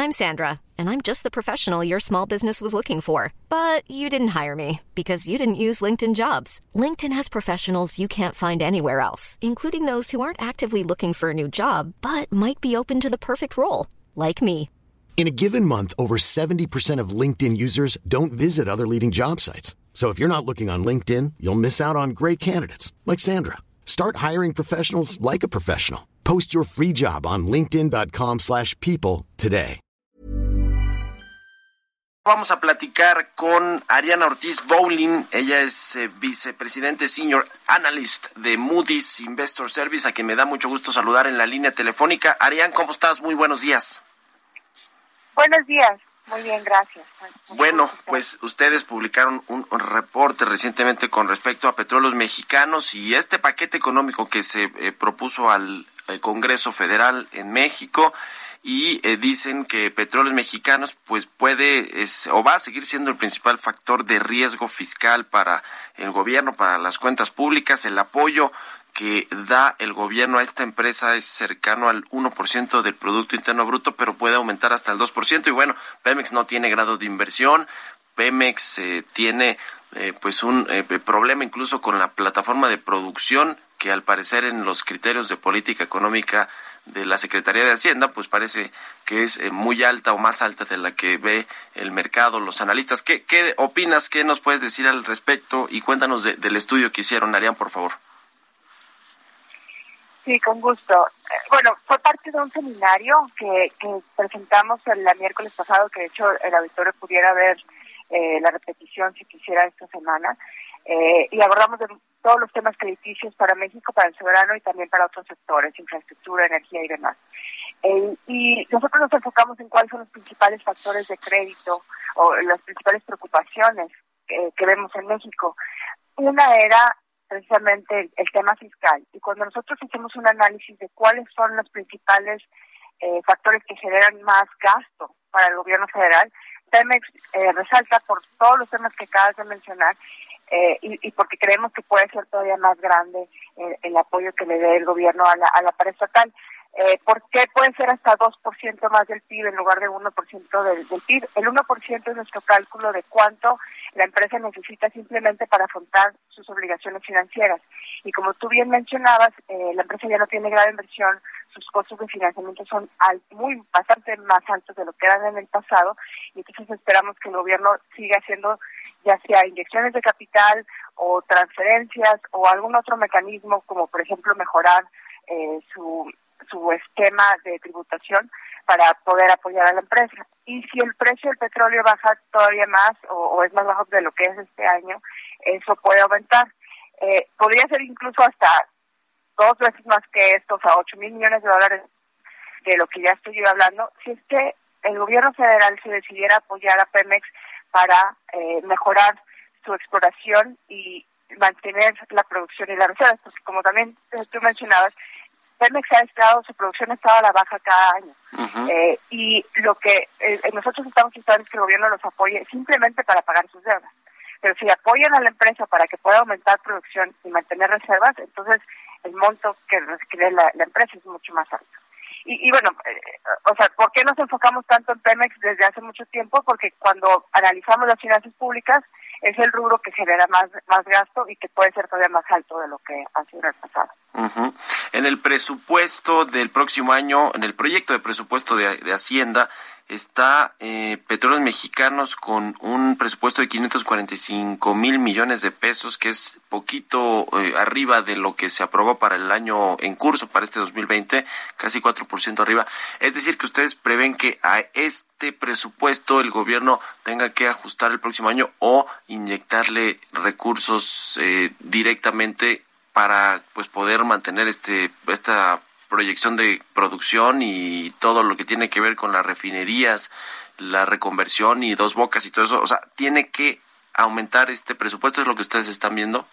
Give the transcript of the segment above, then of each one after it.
I'm Sandra, and I'm just the professional your small business was looking for. But you didn't hire me because you didn't use LinkedIn Jobs. LinkedIn has professionals you can't find anywhere else, including those who aren't actively looking for a new job, but might be open to the perfect role, like me. In a given month, over 70% of LinkedIn users don't visit other leading job sites. So if you're not looking on LinkedIn, you'll miss out on great candidates like Sandra. Start hiring professionals like a professional. Post your free job on linkedin.com/people today. Vamos a platicar con Ariana Ortiz Bowling. Ella es vicepresidente Senior Analyst de Moody's Investor Service, a quien me da mucho gusto saludar en la línea telefónica. Ariana, ¿cómo estás? Muy buenos días. Buenos días. Muy bien, gracias. Bueno, pues ustedes publicaron un reporte recientemente con respecto a Petróleos Mexicanos y este paquete económico que se propuso al Congreso Federal en México, y dicen que Petróleos Mexicanos pues o va a seguir siendo el principal factor de riesgo fiscal para el gobierno, para las cuentas públicas. El apoyo que da el gobierno a esta empresa es cercano al 1% del Producto Interno Bruto, pero puede aumentar hasta el 2%. Y bueno, Pemex no tiene grado de inversión. Pemex tiene pues un problema incluso con la plataforma de producción, que al parecer en los criterios de política económica de la Secretaría de Hacienda pues parece que es muy alta o más alta de la que ve el mercado, los analistas. ¿Qué opinas? ¿Qué nos puedes decir al respecto? Y cuéntanos del estudio que hicieron, Arián, por favor. Sí, con gusto. Bueno, fue parte de un seminario que presentamos el miércoles pasado, que de hecho el auditorio pudiera ver la repetición si quisiera esta semana, y abordamos de todos los temas crediticios para México, para el soberano y también para otros sectores, infraestructura, energía y demás. Y nosotros nos enfocamos en cuáles son los principales factores de crédito o las principales preocupaciones que vemos en México. Una era precisamente el tema fiscal, y cuando nosotros hacemos un análisis de cuáles son los principales factores que generan más gasto para el gobierno federal, Pemex resalta por todos los temas que acabas de mencionar, y porque creemos que puede ser todavía más grande el apoyo que le dé el gobierno a la pared estatal. ¿Por qué puede ser hasta 2% más del PIB en lugar de 1% del PIB? El 1% es nuestro cálculo de cuánto la empresa necesita simplemente para afrontar sus obligaciones financieras. Y como tú bien mencionabas, la empresa ya no tiene grado de inversión, sus costos de financiamiento son bastante más altos de lo que eran en el pasado, y entonces esperamos que el gobierno siga haciendo ya sea inyecciones de capital o transferencias o algún otro mecanismo, como por ejemplo mejorar su esquema de tributación para poder apoyar a la empresa. Y si el precio del petróleo baja todavía más o es más bajo de lo que es este año, eso puede aumentar. Podría ser incluso hasta 2 veces más que esto, o sea, $8,000 millones de lo que ya estoy yo hablando, si es que el gobierno federal se decidiera apoyar a Pemex para mejorar su exploración y mantener la producción y las reservas, porque como también tú mencionabas, Pemex ha estado, su producción ha estado a la baja cada año. Uh-huh. Y lo que nosotros estamos intentando es que el gobierno los apoye simplemente para pagar sus deudas. Pero si apoyan a la empresa para que pueda aumentar producción y mantener reservas, entonces el monto que requiere la empresa es mucho más alto. Y bueno, o sea, ¿por qué nos enfocamos tanto en Pemex desde hace mucho tiempo? Porque cuando analizamos las finanzas públicas, es el rubro que genera más gasto y que puede ser todavía más alto de lo que ha sido en el pasado. Uh-huh. En el presupuesto del próximo año, en el proyecto de presupuesto de Hacienda, está Petróleos Mexicanos con un presupuesto de 545,000 millones de pesos, que es poquito arriba de lo que se aprobó para el año en curso, para este 2020, casi 4% arriba. Es decir, que ustedes prevén que a este presupuesto el gobierno tenga que ajustar el próximo año o inyectarle recursos directamente para pues poder mantener esta proyección de producción y todo lo que tiene que ver con las refinerías, la reconversión y Dos Bocas y todo eso. O sea, tiene que aumentar este presupuesto, ¿es lo que ustedes están viendo?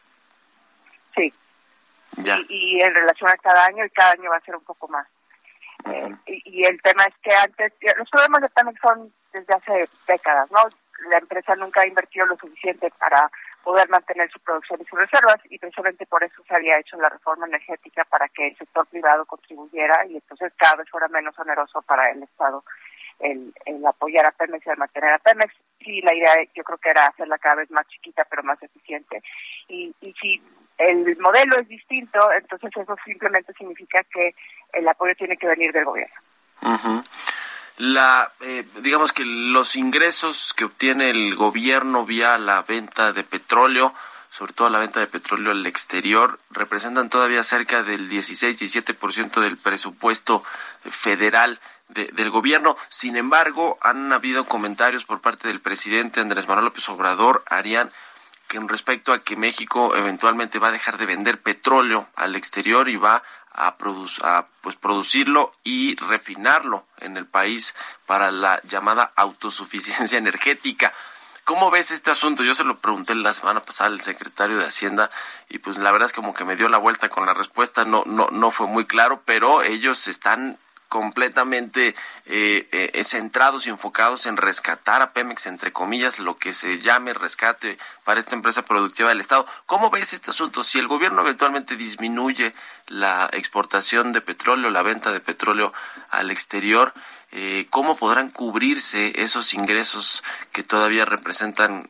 Sí. Ya. Y en relación a cada año, y cada año va a ser un poco más. Uh-huh. Y el tema es que antes, los problemas de Pemex son desde hace décadas, ¿no? La empresa nunca ha invertido lo suficiente para poder mantener su producción y sus reservas, y precisamente por eso se había hecho la reforma energética, para que el sector privado contribuyera y entonces cada vez fuera menos oneroso para el Estado el apoyar a Pemex y el mantener a Pemex. Sí, la idea yo creo que era hacerla cada vez más chiquita pero más eficiente. Y si el modelo es distinto, entonces eso simplemente significa que el apoyo tiene que venir del gobierno. Uh-huh. Digamos que los ingresos que obtiene el gobierno vía la venta de petróleo, sobre todo la venta de petróleo al exterior, representan todavía cerca del 16-17% del presupuesto federal del gobierno. Sin embargo, han habido comentarios por parte del presidente Andrés Manuel López Obrador, Arián, que en respecto a que México eventualmente va a dejar de vender petróleo al exterior y va a producirlo y refinarlo en el país para la llamada autosuficiencia energética. ¿Cómo ves este asunto? Yo se lo pregunté la semana pasada al secretario de Hacienda y pues la verdad es como que me dio la vuelta con la respuesta, no fue muy claro, pero ellos están completamente centrados y enfocados en rescatar a Pemex, entre comillas, lo que se llame rescate para esta empresa productiva del Estado. ¿Cómo ves este asunto? Si el gobierno eventualmente disminuye la exportación de petróleo, la venta de petróleo al exterior, ¿cómo podrán cubrirse esos ingresos que todavía representan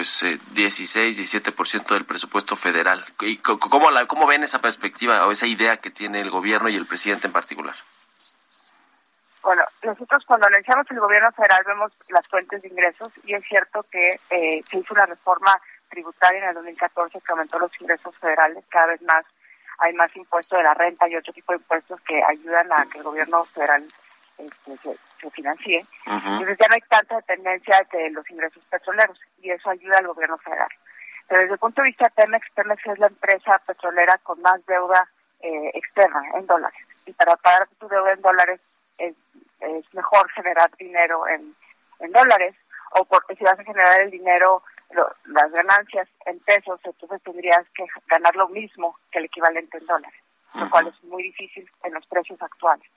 16-17% del presupuesto federal? ¿Y cómo ven esa perspectiva o esa idea que tiene el gobierno y el presidente en particular? Bueno, nosotros cuando anunciamos el gobierno federal vemos las fuentes de ingresos y es cierto que se hizo una reforma tributaria en el 2014 que aumentó los ingresos federales. Cada vez más hay más impuestos de la renta y otro tipo de impuestos que ayudan a que el gobierno federal se financie. Uh-huh. Entonces ya no hay tanta dependencia de los ingresos petroleros y eso ayuda al gobierno federal. Pero desde el punto de vista de Pemex es la empresa petrolera con más deuda externa en dólares. Y para pagar tu deuda en dólares es mejor generar dinero en dólares, o porque si vas a generar el dinero, las ganancias en pesos, entonces tendrías que ganar lo mismo que el equivalente en dólares, lo cual es muy difícil en los precios actuales.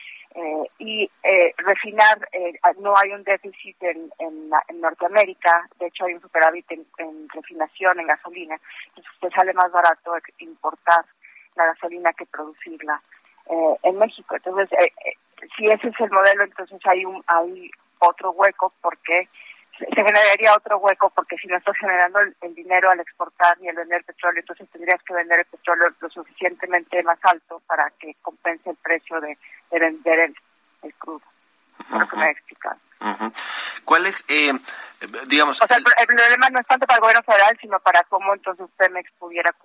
Refinar, no hay un déficit en Norteamérica, de hecho hay un superávit en refinación, en gasolina, entonces te sale más barato importar la gasolina que producirla en México. Entonces, si ese es el modelo, entonces hay otro hueco, porque se generaría otro hueco, porque si no estás generando el dinero al exportar y al vender petróleo, entonces tendrías que vender el petróleo lo suficientemente más alto para que compense el precio de vender el crudo. Uh-huh. Lo que me he explicado. Uh-huh. ¿Cuál es, digamos... O sea, el problema no es tanto para el gobierno federal, sino para cómo entonces Pemex pudiera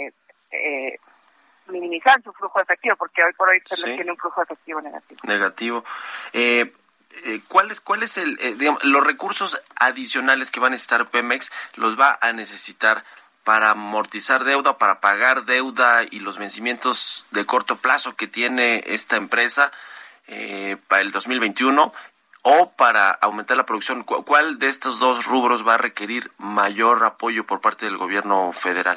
minimizar su flujo de efectivo, porque hoy por hoy Pemex tiene un flujo de efectivo negativo. ¿Cuál es digamos, los recursos adicionales que va a necesitar Pemex? ¿Los va a necesitar para amortizar deuda, para pagar deuda y los vencimientos de corto plazo que tiene esta empresa para el 2021 o para aumentar la producción? ¿Cuál de estos dos rubros va a requerir mayor apoyo por parte del gobierno federal?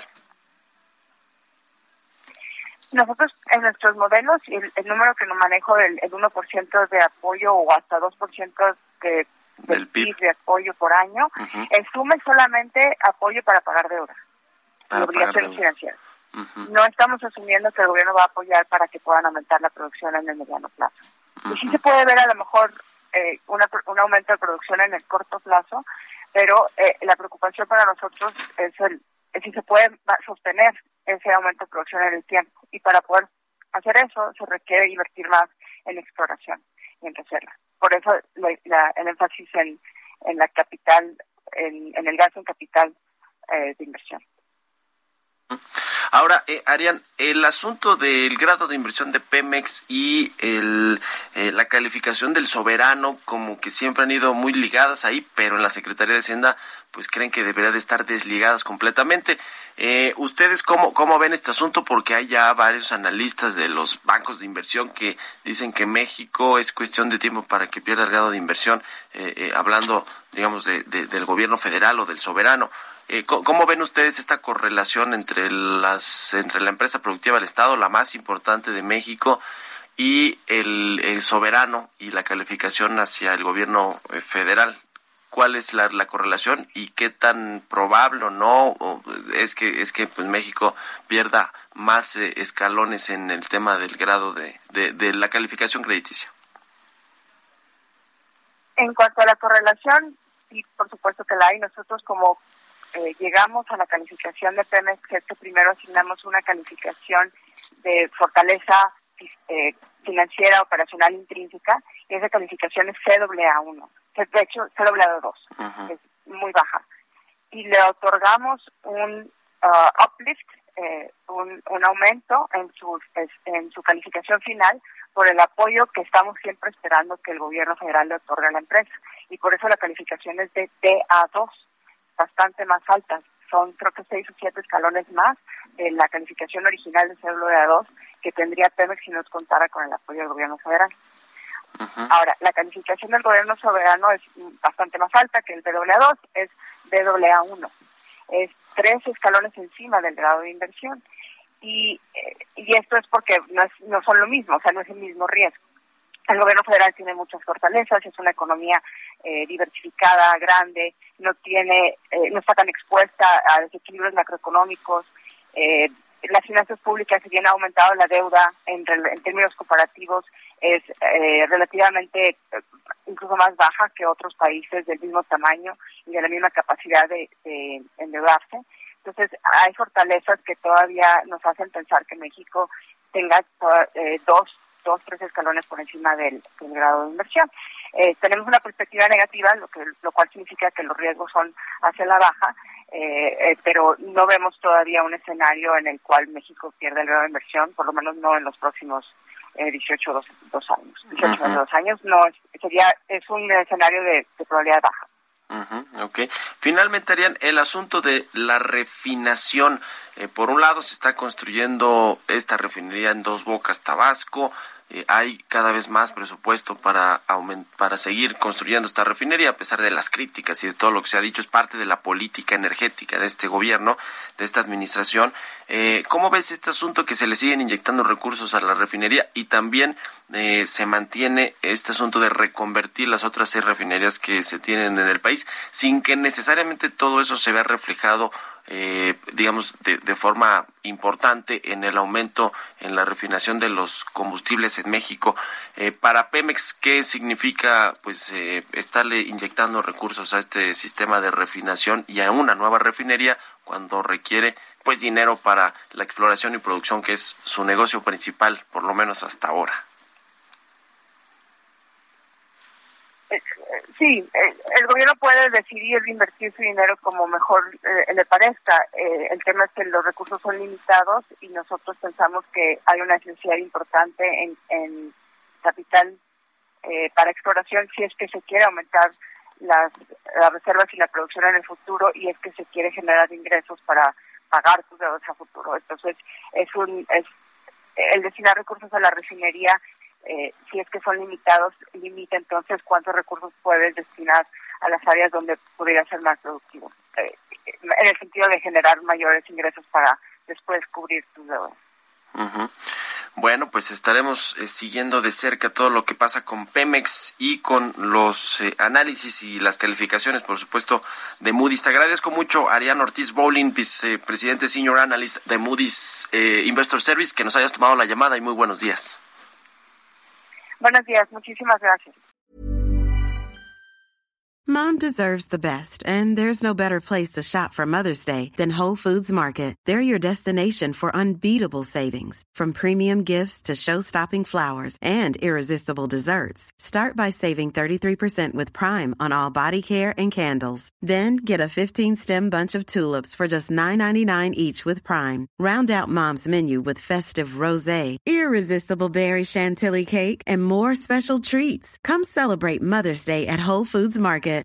Nosotros en nuestros modelos, el número que nos manejo del 1% de apoyo o hasta 2% del PIB de apoyo por año, uh-huh, asume solamente apoyo para pagar deuda y obligaciones financieras. Uh-huh. No estamos asumiendo que el gobierno va a apoyar para que puedan aumentar la producción en el mediano plazo. Uh-huh. Y sí se puede ver a lo mejor un aumento de producción en el corto plazo, pero la preocupación para nosotros es si se puede sostener ese aumento de producción en el tiempo. Y para poder hacer eso se requiere invertir más en exploración y en reserva. Por eso el énfasis en la capital, en el gasto en capital de inversión. Ahora, Arián, el asunto del grado de inversión de Pemex y la calificación del soberano, como que siempre han ido muy ligadas ahí, pero en la Secretaría de Hacienda pues creen que debería de estar desligadas completamente. ¿Ustedes cómo ven este asunto? Porque hay ya varios analistas de los bancos de inversión que dicen que México es cuestión de tiempo para que pierda el grado de inversión, hablando, digamos, del gobierno federal o del soberano. ¿Cómo ven ustedes esta correlación entre la empresa productiva del Estado, la más importante de México, y el soberano y la calificación hacia el gobierno federal? ¿Cuál es la correlación y qué tan probable o no es que pues México pierda más escalones en el tema del grado de la calificación crediticia? En cuanto a la correlación, sí, por supuesto que la hay. Nosotros como llegamos a la calificación de Pemex, que es que primero asignamos una calificación de fortaleza financiera operacional intrínseca, y esa calificación es CAA1, de hecho CAA2, uh-huh. Es muy baja. Y le otorgamos un uplift, un aumento en su calificación final por el apoyo que estamos siempre esperando que el gobierno federal le otorgue a la empresa. Y por eso la calificación es de TA2, bastante más alta. Son creo que 6 o 7 escalones más de la calificación original de CAA2 que tendría Pemex si nos contara con el apoyo del gobierno federal. Uh-huh. Ahora, la calificación del gobierno soberano es bastante más alta que el BAA2, es BAA1. Es 3 escalones encima del grado de inversión. Y esto es porque no son lo mismo, o sea, no es el mismo riesgo. El gobierno federal tiene muchas fortalezas, es una economía diversificada, grande, no está tan expuesta a desequilibrios macroeconómicos. Las finanzas públicas, si bien ha aumentado la deuda en términos comparativos, es relativamente incluso más baja que otros países del mismo tamaño y de la misma capacidad de endeudarse. Entonces, hay fortalezas que todavía nos hacen pensar que México tenga 3 escalones por encima del grado de inversión. Tenemos una perspectiva negativa, lo cual significa que los riesgos son hacia la baja, pero no vemos todavía un escenario en el cual México pierda el grado de inversión, por lo menos no en los próximos 18 o 2 años. 18 o 2 años es un escenario de probabilidad baja. Uh-huh, okay. Finalmente, Arián, el asunto de la refinación. Por un lado, se está construyendo esta refinería en Dos Bocas, Tabasco. Hay cada vez más presupuesto para seguir construyendo esta refinería, a pesar de las críticas y de todo lo que se ha dicho. Es parte de la política energética de este gobierno, de esta administración. ¿Cómo ves este asunto que se le siguen inyectando recursos a la refinería y también se mantiene este asunto de reconvertir las otras 6 refinerías que se tienen en el país sin que necesariamente todo eso se vea reflejado digamos de forma importante en el aumento en la refinación de los combustibles en México? Para Pemex, ¿qué significa estarle inyectando recursos a este sistema de refinación y a una nueva refinería cuando requiere dinero para la exploración y producción, que es su negocio principal, por lo menos hasta ahora? Sí, el gobierno puede decidir invertir su dinero como mejor le parezca. El tema es que los recursos son limitados y nosotros pensamos que hay una necesidad importante en capital para exploración si es que se quiere aumentar las reservas y la producción en el futuro y es que se quiere generar ingresos para pagar sus deudas a futuro. Entonces, el destinar recursos a la refinería, si es que son limitados, limita entonces cuántos recursos puedes destinar a las áreas donde pudiera ser más productivo, en el sentido de generar mayores ingresos para después cubrir tus deudas. Uh-huh. Bueno, pues estaremos siguiendo de cerca todo lo que pasa con Pemex y con los análisis y las calificaciones, por supuesto, de Moody's. Te agradezco mucho, Arián Ortiz Bowling, vicepresidente Senior Analyst de Moody's Investor Service, que nos hayas tomado la llamada y muy buenos días. Buenos días, muchísimas gracias. Mom deserves the best, and there's no better place to shop for Mother's Day than Whole Foods Market. They're your destination for unbeatable savings, from premium gifts to show-stopping flowers and irresistible desserts. Start by saving 33% with Prime on all body care and candles. Then get a 15-stem bunch of tulips for just $9.99 each with Prime. Round out Mom's menu with festive rosé, irresistible berry chantilly cake, and more special treats. Come celebrate Mother's Day at Whole Foods Market.